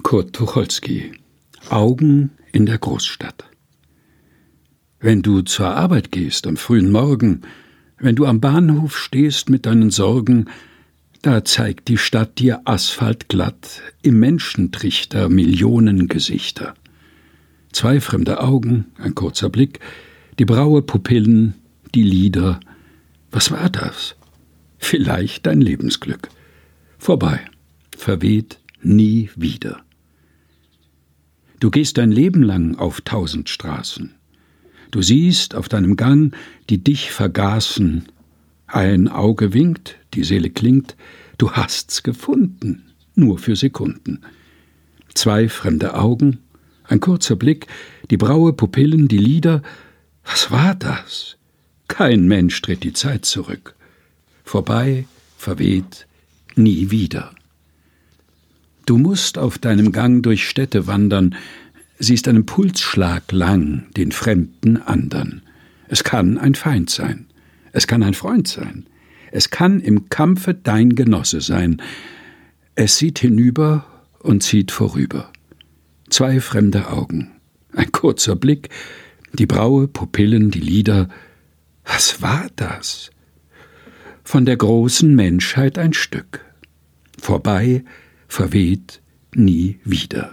Kurt Tucholsky. Augen in der Großstadt. Wenn du zur Arbeit gehst am frühen Morgen, wenn du am Bahnhof stehst mit deinen Sorgen, da zeigt die Stadt dir asphaltglatt im Menschentrichter Millionen Gesichter. Zwei fremde Augen, ein kurzer Blick, die Braue, Pupillen, die Lider. Was war das? Vielleicht dein Lebensglück. Vorbei, verweht, nie wieder. Du gehst dein Leben lang auf 1000 Straßen. Du siehst auf deinem Gang, die dich vergaßen. Ein Auge winkt, die Seele klingt, du hast's gefunden, nur für Sekunden. Zwei fremde Augen, ein kurzer Blick, die Braue, Pupillen, die Lider. Was war das? Kein Mensch dreht die Zeit zurück. Vorbei, verweht, nie wieder. Du musst auf deinem Gang durch Städte wandern, siehst einen Pulsschlag lang den Fremden andern. Es kann ein Feind sein, es kann ein Freund sein, es kann im Kampfe dein Genosse sein. Es sieht hinüber und zieht vorüber. Zwei fremde Augen, ein kurzer Blick, die Braue, Pupillen, die Lider. Was war das? Von der großen Menschheit ein Stück. Vorbei, verweht, nie wieder.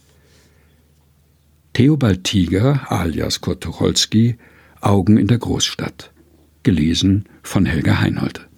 Theobald Tiger, alias Kurt Tucholsky, Augen in der Großstadt. Gelesen von Helga Heinold.